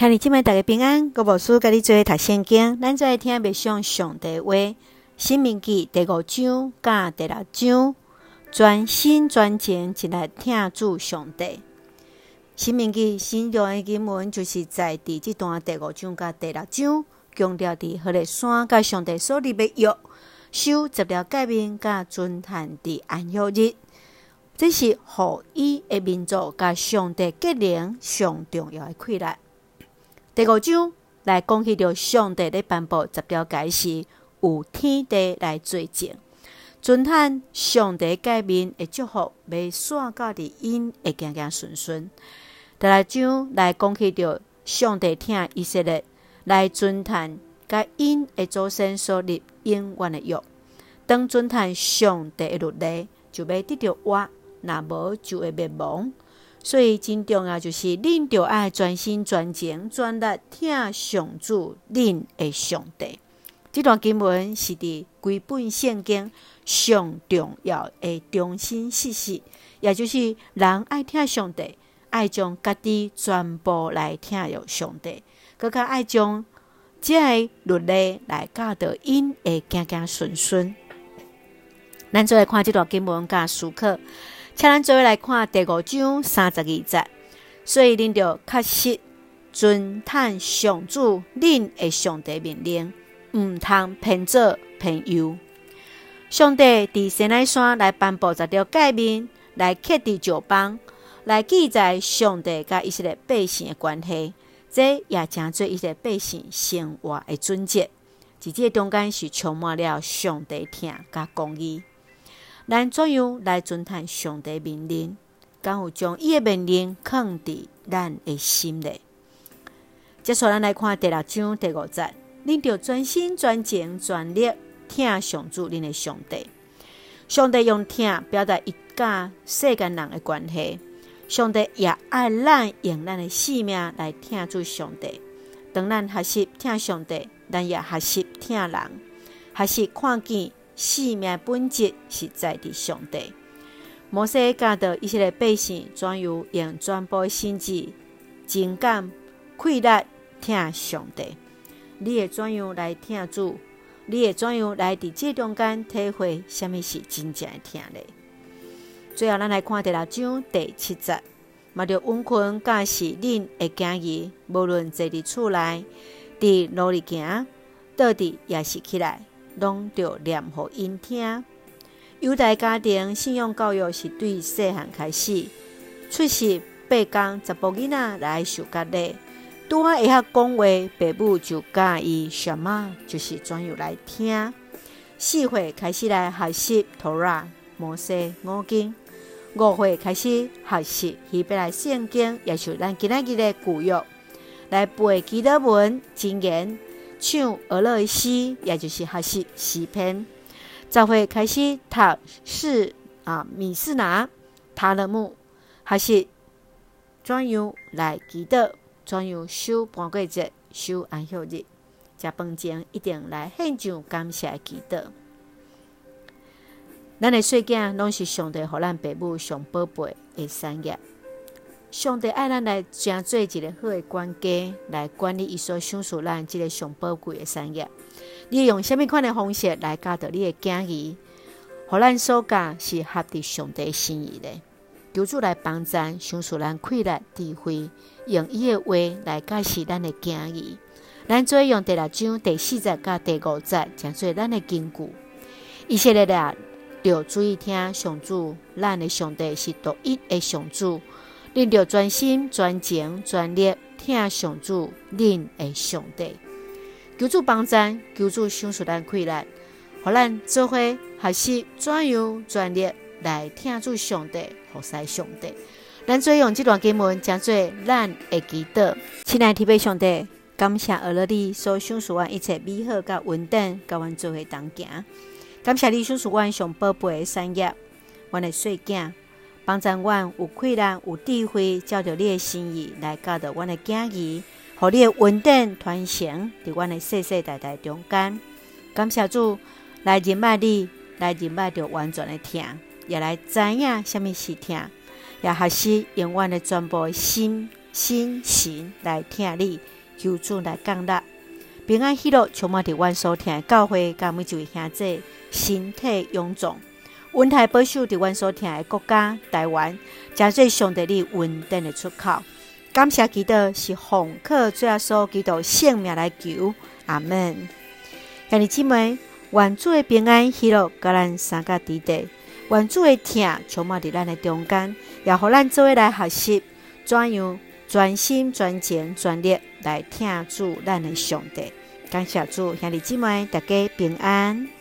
兄弟姐妹大家平安，我无事甲你做读圣经，咱做来听默想上帝话。申命记第5章甲第6章，专心专情一来听主上帝。申命记新用的经文就是在这段第5章甲第6章，强调伫何烈山甲上帝所立的约，守10条诫命甲遵行伫安息日。这是互伊的民族甲上帝结连上重要的规律。第5章来讲起着上帝咧颁布10条诫时，有天地来做证，遵行上帝诫命的祝福，要线到伫因会行行顺顺。第6章来讲起着上帝听以色列来遵行甲因的祖先所立永远的约，当遵行上帝的律例，就要得到活，若无就会灭亡。所以真重要就是恁着爱专心专情专力听上主恁的上帝。这段经文是伫规本圣经上重要的中心事实，也就是人爱听上帝，爱将家己全部来听入上帝，更加爱将这个律例来教导因会行行顺顺。咱做来看这段经文甲思考，请咱做来看第5章32节。所以恁着确实遵行上主恁的上帝命令，毋通偏左偏右。上帝伫西奈山来颁布10条诫命，来刻伫石板，来记载上帝甲以色列百姓的关系。这也成做以色列百姓生活的准则。在这中间是充满了上帝听甲公义。咱怎样来遵行上帝命令？敢有将伊的命令放伫咱的心里？接续咱来看第6章第5节，恁着专心专情全力听上主恁的上帝。上帝用听表达伊甲世间人的关系。上帝也爱咱用咱的性命来听主上帝。当咱学习听上帝，咱也学习听人，学习看见性命本质是在伫上帝。摩西教导以色列百姓怎样用全部心智、情感、气力听上帝。你会怎样来听主？你会怎样来伫这中间体会什么是真正的听呢？最后咱来看第6章第7节，嘛着温困教示恁会行义，无论坐伫厝内，伫路里行，倒伫也是起来，拢着念互因听。犹太家庭信仰教育是对细汉开始，出世8天查甫囡仔来受割礼，拄好会晓讲话，爸母就教伊什么就是怎样来听。4岁开始来学习托拉、摩西5经，5岁开始学习希伯来圣经，也就是咱今仔日的旧约，来背祈祷文、箴言，唱俄勒的诗，也就是学习诗篇。10岁开始读米士拿、塔勒姆，学习怎样来祈祷，怎样守半过节、守安息日。食饭前一定来献上感谢的祈祷。咱的细囝拢是上帝予咱父母上宝贝的产业。上帝爱咱来成做一个好的管家，来管理伊所赏赐咱这个上宝贵的产业。你会用什么款的方式来教导你的囝儿？予咱所教是合伫上帝心意的。求主来帮助咱，赏赐咱气力、智慧，用伊的话来教示咱的囝儿。咱做用第6章第4节甲第5节，成做咱的根据。以色列人要注意听上主，咱的上帝是独一的上主。恁着专心、专情、全力听上主恁的上帝。求主帮助，求主赏赐咱气力，互咱做伙学习怎样全力来听主上帝、服侍上帝。咱做用这段经文，成做咱的祈祷。亲爱的天父上帝，感谢俄勒你所赏赐阮一切美好甲稳定，甲阮做伙同行。感谢你赏赐阮上宝贝的产业，阮的细囝。帮助阮有气力、有智慧，照着你的心意来教导阮的囝儿，互你的稳定传承伫阮的世世代代中间。感谢主，来认识你，来认识着完全的听，也来知影什么是听，也学习用阮的全部心、 心神来听你，求主来降力，平安喜乐充满伫阮所听的教会，甲每一位兄弟身体勇壮，稳台保守伫阮所听的国家台湾，真做上帝你稳定的出口。感谢祈祷是奉靠主耶稣基督性命来求，阿们。兄弟姊妹，愿主的平安喜乐甲咱三甲伫地，愿主的疼充满伫咱的中间，也互咱做伙来学习怎样专心专情专力来听主咱的上帝。感谢主，兄弟姊妹，大家平安。